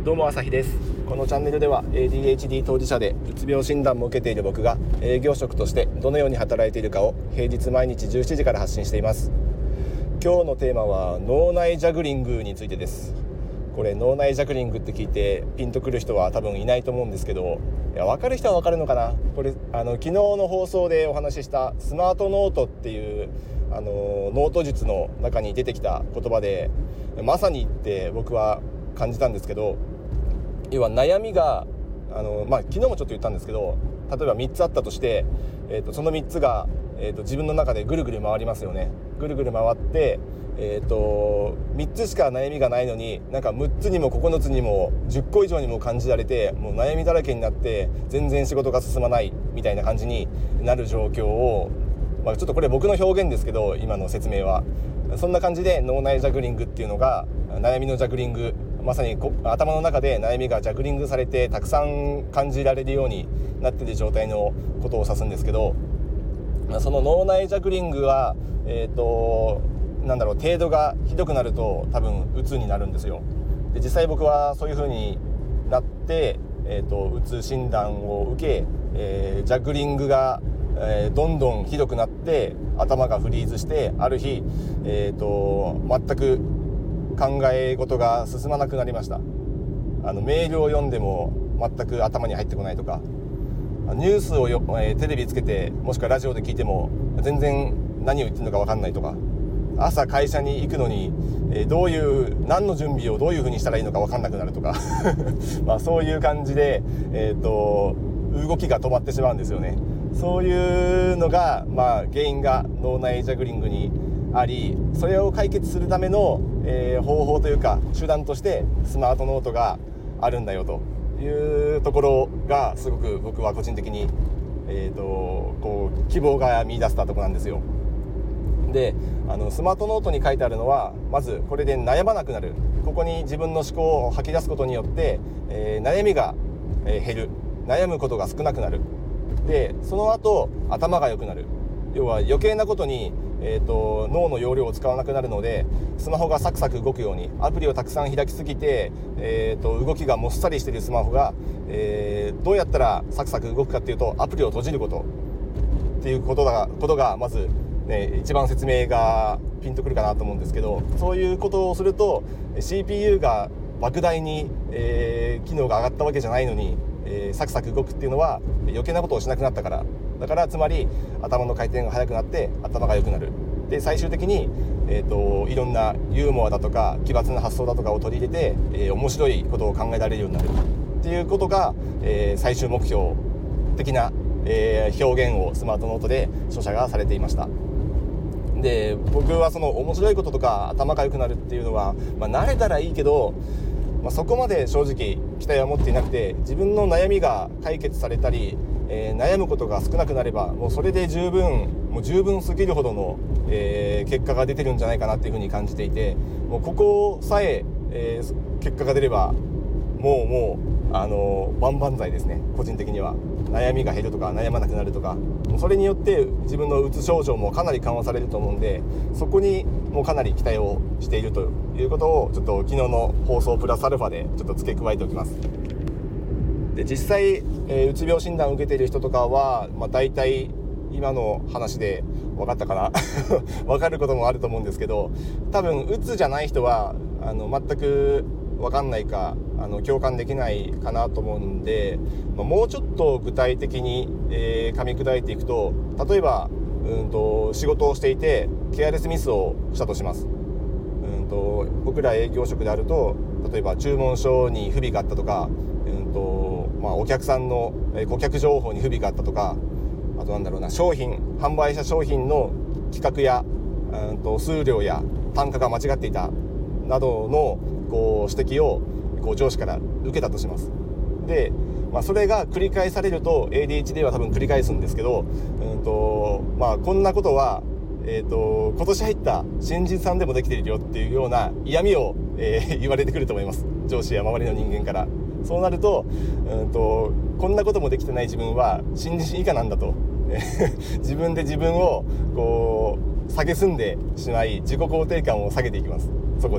どうも朝日です。このチャンネルでは ADHD 当事者でうつ病診断も受けている僕が営業職としてどのように働いているかを平日毎日17時から発信しています。今日のテーマは脳内ジャグリングについてです。これ脳内ジャグリングって聞いてピンとくる人は多分いないと思うんですけど、分かる人は分かるのかな。これ昨日の放送でお話ししたスマートノートっていうノート術の中に出てきた言葉でまさにって僕は感じたんですけど、要は悩みが昨日もちょっと言ったんですけど、例えば3つあったとして、その3つが、自分の中でぐるぐる回りますよね。ぐるぐる回って、3つしか悩みがないのになんか6つにも9つにも10個以上にも感じられて、もう悩みだらけになって全然仕事が進まないみたいな感じになる状況を、ちょっとこれ僕の表現ですけど、今の説明はそんな感じで脳内ジャグリングっていうのが悩みのジャグリング、まさに頭の中で悩みがジャグリングされてたくさん感じられるようになっている状態のことを指すんですけど、その脳内ジャグリングは程度がひどくなると多分うつになるんですよ。で実際僕はそういう風になって、うつ診断を受け、ジャグリングが、どんどんひどくなって頭がフリーズして、ある日、全く考え事が進まなくなりました。メールを読んでも全く頭に入ってこないとか、ニュースをテレビつけてもしくはラジオで聞いても全然何を言ってるのか分かんないとか、朝会社に行くのに、何の準備をどういう風にしたらいいのか分かんなくなるとかそういう感じで、動きが止まってしまうんですよね。そういうのが、原因が脳内ジャグリングにあり、それを解決するための、方法というか手段としてスマートノートがあるんだよというところがすごく僕は個人的に、希望が見出せたところなんですよ。でスマートノートに書いてあるのは、まずこれで悩まなくなる、ここに自分の思考を吐き出すことによって、悩みが、減る、悩むことが少なくなる。でその後頭が良くなる。要は余計なことに、脳の容量を使わなくなるので、スマホがサクサク動くようにアプリをたくさん開きすぎて、動きがもっさりしているスマホが、どうやったらサクサク動くかっていうと、アプリを閉じることっていうことがまず、一番説明がピンとくるかなと思うんですけど、そういうことをすると CPU が莫大に、機能が上がったわけじゃないのに、サクサク動くっていうのは余計なことをしなくなったからだから、つまり頭の回転が速くなって頭が良くなる。で最終的に、いろんなユーモアだとか奇抜な発想だとかを取り入れて、面白いことを考えられるようになるっていうことが、最終目標的な、表現をスマートノートで著者がされていました。で僕はその面白いこととか頭が良くなるっていうのは、慣れたらいいけど、そこまで正直期待は持っていなくて、自分の悩みが解決されたり、悩むことが少なくなればもうそれで十分すぎるほどの、結果が出てるんじゃないかなっていうふうに感じていて、もうここさえ結果が出ればもう万々歳ですね。個人的には悩みが減るとか悩まなくなるとか、もうそれによって自分のうつ症状もかなり緩和されると思うんで、そこにもうかなり期待をしているということをちょっと昨日の放送プラスアルファでちょっと付け加えておきます。で実際、うつ病診断を受けている人とかは、大体今の話で分かったかな分かることもあると思うんですけど、多分うつじゃない人は全く分かんないか共感できないかなと思うんで、もうちょっと具体的に、噛み砕いていくと、例えば仕事をしていてケアレスミスをしたとします。僕ら営業職であると、例えば注文書に不備があったとか、お客さんの顧客情報に不備があったとか、あと販売した商品の規格や数量や単価が間違っていたなどの指摘を上司から受けたとします。で、それが繰り返されると ADHD は多分繰り返すんですけど、こんなことは、今年入った新人さんでもできているよっていうような嫌味を、言われてくると思います。上司や周りの人間から。そうなると、こんなこともできてない自分は新人以下なんだと自分で自分を蔑んでしまい、自己肯定感を下げていきます。そこで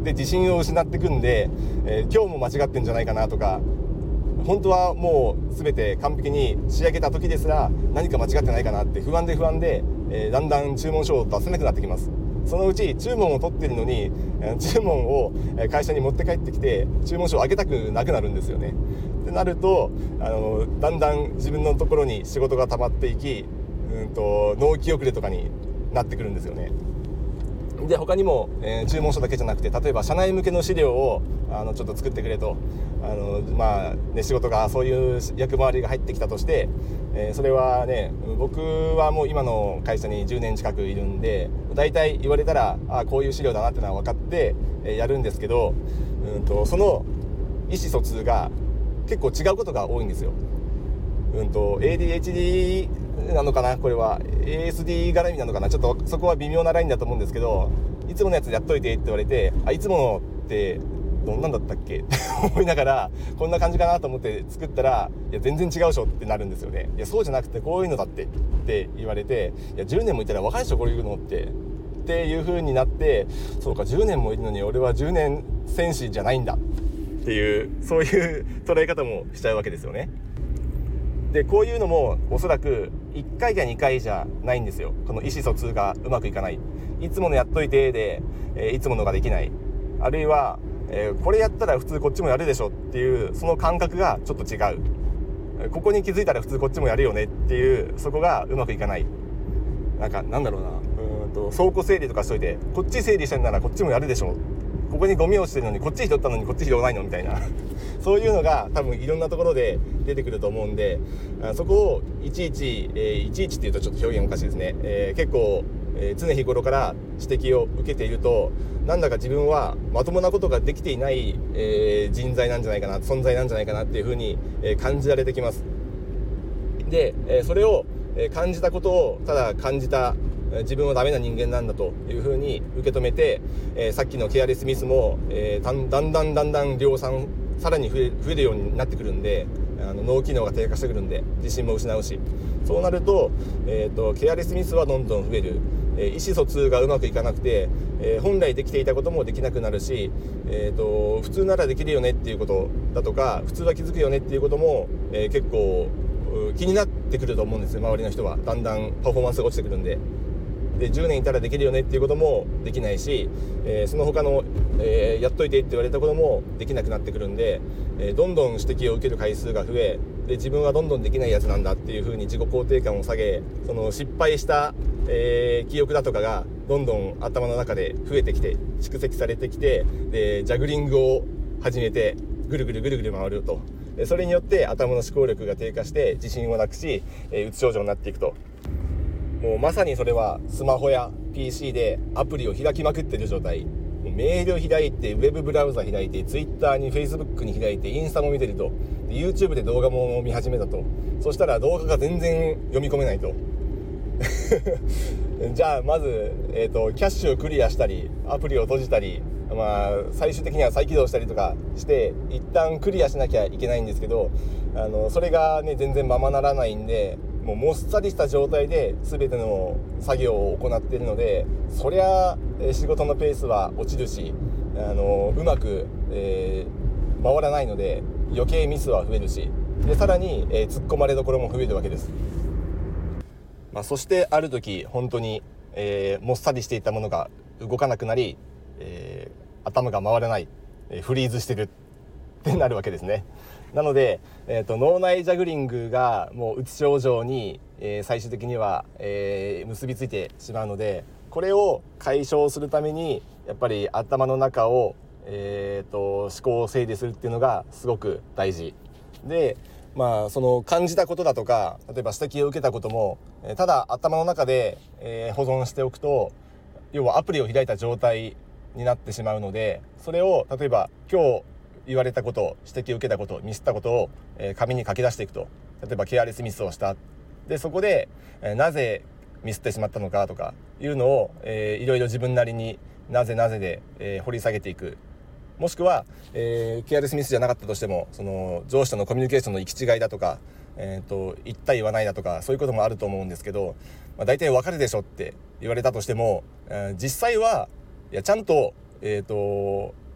で自信を失ってくんで、今日も間違ってんじゃないかなとか、本当はもう全て完璧に仕上げた時ですら何か間違ってないかなって不安で、だんだん注文書を出せなくなってきます。そのうち注文を取ってるのに注文を会社に持って帰ってきて注文書を上げたくなくなるんですよね。ってなるとだんだん自分のところに仕事が溜まっていき、納期遅れとかになってくるんですよね。で他にも、注文書だけじゃなくて、例えば社内向けの資料をちょっと作ってくれと仕事がそういう役回りが入ってきたとして、それはね、僕はもう今の会社に10年近くいるんで、だいたい言われたらこういう資料だなってのは分かって、やるんですけど、その意思疎通が結構違うことが多いんですよ。ADHD なのかな、これは ASD 絡みなのかな、ちょっとそこは微妙なラインだと思うんですけど、いつものやつやっといてって言われて、いつものってどんなんだったっけって思いながら、こんな感じかなと思って作ったら、いや全然違うでしょってなるんですよね。いやそうじゃなくてこういうのだって言われて、いや10年もいたら分かるでしょこういうのっていう風になって、そうか10年もいるのに俺は10年戦士じゃないんだっていう、そういう捉え方もしちゃうわけですよね。でこういうのもおそらく1回か2回じゃないんですよ。この意思疎通がうまくいかない、いつものやっといてで、いつものができない、あるいは、これやったら普通こっちもやるでしょっていうその感覚がちょっと違う、ここに気づいたら普通こっちもやるよねっていう、そこがうまくいかない。なんだろうな、倉庫整理とかしといて、こっち整理してんならこっちもやるでしょ、ここにゴミ落ちてるのにこっち拾ったのにこっち拾わないのみたいなそういうのが多分いろんなところで出てくると思うんで、そこをいちいちっていうとちょっと表現おかしいですね、結構、常日頃から指摘を受けていると、なんだか自分はまともなことができていない、人材なんじゃないかな、存在なんじゃないかなっていうふうに、感じられてきます。で、それを感じたことをただ感じた、自分はダメな人間なんだというふうに受け止めて、さっきのケアレスミスも、だんだん量産さらに増えるようになってくるんで、脳機能が低下してくるんで自信も失うし、そうなると、ケアレスミスはどんどん増える、意思疎通がうまくいかなくて、本来できていたこともできなくなるし、普通ならできるよねっていうことだとか、普通は気づくよねっていうことも、結構気になってくると思うんですよ。周りの人はだんだんパフォーマンスが落ちてくるんで、10年いたらできるよねっていうこともできないし、その他の、やっといてって言われたこともできなくなってくるんで、どんどん指摘を受ける回数が増え、で自分はどんどんできないやつなんだっていう風に自己肯定感を下げ、その失敗した、記憶だとかがどんどん頭の中で増えてきて蓄積されてきて、でジャグリングを始めてぐるぐる回ると、それによって頭の思考力が低下して自信をなくし、うつ症状になっていくと。もうまさにそれはスマホや PC でアプリを開きまくってる状態。メールを開いて、ウェブブラウザ開いて、Twitter に Facebook に開いて、インスタも見てると、YouTube で動画も見始めたと。そしたら動画が全然読み込めないとじゃあまず、キャッシュをクリアしたり、アプリを閉じたり、最終的には再起動したりとかして一旦クリアしなきゃいけないんですけど、それがね全然ままならないんで、もっさりした状態で全ての作業を行っているので、そりゃ仕事のペースは落ちるし、うまく、回らないので余計ミスは増えるし、でさらに、突っ込まれどころも増えるわけです。そしてある時本当に、もっさりしていたものが動かなくなり、頭が回らない、フリーズしてるってなるわけですね。なので、脳内ジャグリングがもううつ症状に、最終的には、結びついてしまうので、これを解消するためにやっぱり頭の中を、思考を整理するっていうのがすごく大事で、その感じたことだとか、例えば指摘を受けたことも、ただ頭の中で、保存しておくと、要はアプリを開いた状態になってしまうので、それを例えば今日言われたこと、指摘を受けたこと、ミスったことを、紙に書き出していくと。例えばケアレスミスをした。でそこで、なぜミスってしまったのかとかいうのを、いろいろ自分なりになぜで、掘り下げていく。もしくは、ケアレスミスじゃなかったとしても、その上司とのコミュニケーションの行き違いだとか、言った言わないだとか、そういうこともあると思うんですけど、大体わかるでしょって言われたとしても、実際はいやちゃんと、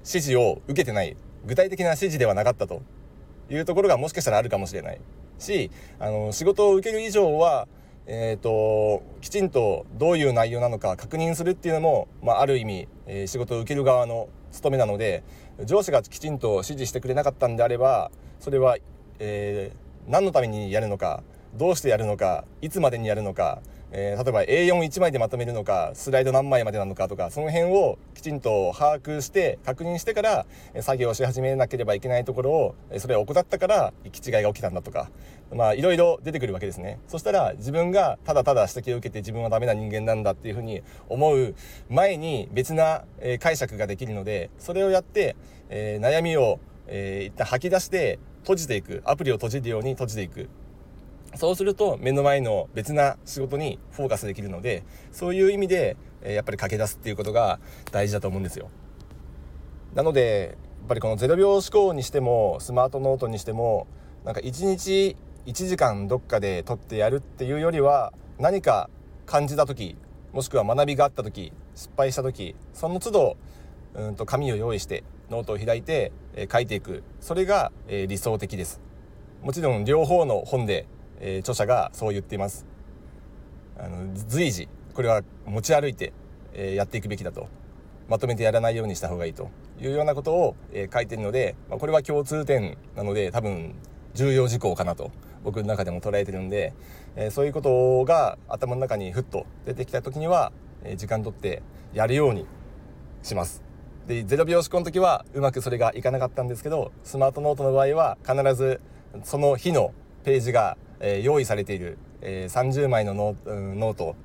指示を受けてない、具体的な指示ではなかったというところがもしかしたらあるかもしれないし、仕事を受ける以上は、きちんとどういう内容なのか確認するっていうのも、ある意味、仕事を受ける側の務めなので、上司がきちんと指示してくれなかったんであれば、それは、何のためにやるのか、どうしてやるのか、いつまでにやるのか、例えば A41 枚でまとめるのか、スライド何枚までなのかとか、その辺をきちんと把握して確認してから作業をし始めなければいけないところを、それを怠ったから行き違いが起きたんだとか、いろいろ出てくるわけですね。そしたら自分がただただ指摘を受けて自分はダメな人間なんだっていうふうに思う前に別な解釈ができるので、それをやって悩みを一旦吐き出して閉じていく、アプリを閉じるように閉じていく。そうすると目の前の別な仕事にフォーカスできるので、そういう意味でやっぱり駆け出すっていうことが大事だと思うんですよ。なのでやっぱりこの0秒思考にしてもスマートノートにしても、なんか1日1時間どっかで取ってやるっていうよりは、何か感じた時、もしくは学びがあった時、失敗した時、その都度紙を用意してノートを開いて書いていく。それが理想的です。もちろん両方の本で著者がそう言っています。随時これは持ち歩いてやっていくべきだと、まとめてやらないようにした方がいいというようなことを書いているので、これは共通点なので多分重要事項かなと僕の中でも捉えてるんで、そういうことが頭の中にふっと出てきた時には時間取ってやるようにします。で0秒思考の時はうまくそれがいかなかったんですけど、スマートノートの場合は必ずその日のページが用意されている30枚のノート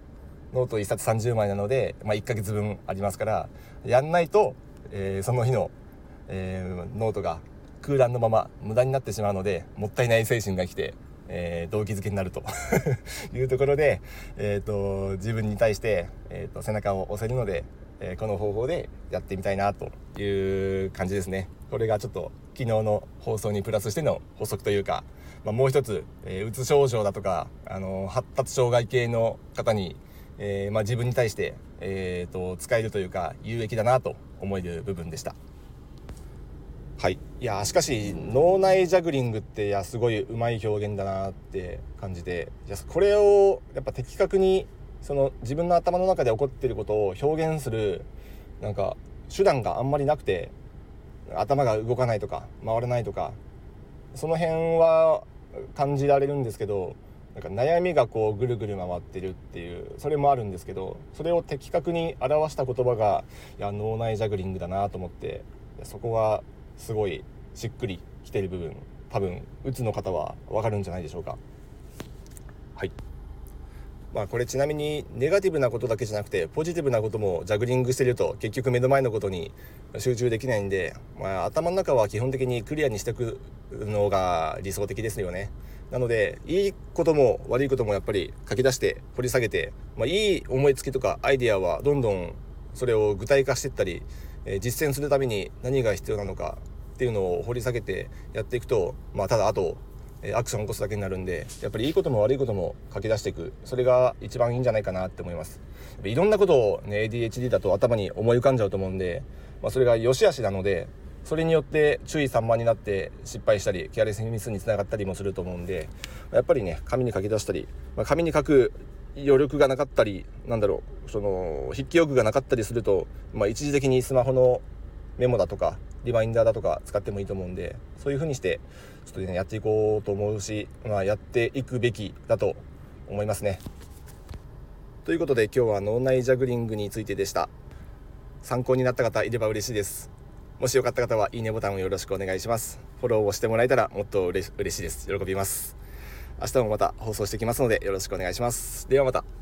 1冊30枚なので、1ヶ月分ありますから、やんないとその日のノートが空欄のまま無駄になってしまうので、もったいない精神が来て動機づけになるというところで、自分に対して、背中を押せるので、この方法でやってみたいなという感じですね。これがちょっと昨日の放送にプラスしての補足というか、もう一つ、うつ症状だとか発達障害系の方に、自分に対して、使えるというか有益だなと思える部分でした。はい、いやしかし脳内ジャグリングってすごいうまい表現だなって感じで、これをやっぱ的確にその自分の頭の中で起こっていることを表現するなんか手段があんまりなくて、頭が動かないとか回らないとか、その辺は感じられるんですけど、なんか悩みがこうぐるぐる回ってるっていうそれもあるんですけど、それを的確に表した言葉が脳内ジャグリングだなと思って、そこがすごいしっくりきてる部分、多分うつの方は分かるんじゃないでしょうか。はい、これちなみにネガティブなことだけじゃなくてポジティブなこともジャグリングしてると結局目の前のことに集中できないんで、頭の中は基本的にクリアにしていくのが理想的ですよね。なのでいいことも悪いこともやっぱり書き出して掘り下げて、いい思いつきとかアイデアはどんどんそれを具体化していったり、実践するために何が必要なのかっていうのを掘り下げてやっていくと、ただあとアクションを起こすだけになるんで、やっぱりいいことも悪いことも書き出していく、それが一番いいんじゃないかなって思います。いろんなことを、ADHD だと頭に思い浮かんじゃうと思うんで、それが良し悪しなので、それによって注意散漫になって失敗したりケアレスミスにつながったりもすると思うんで、やっぱりね紙に書き出したり、紙に書く余力がなかったり、その筆記欲がなかったりすると、一時的にスマホのメモだとかリマインダーだとか使ってもいいと思うんで、そういう風にしてちょっとやっていこうと思うし、やっていくべきだと思いますね。ということで今日は脳内ジャグリングについてでした。参考になった方いれば嬉しいです。もしよかった方はいいねボタンをよろしくお願いします。フォローをしてもらえたらもっと嬉しいです。喜びます。明日もまた放送してきますのでよろしくお願いします。ではまた。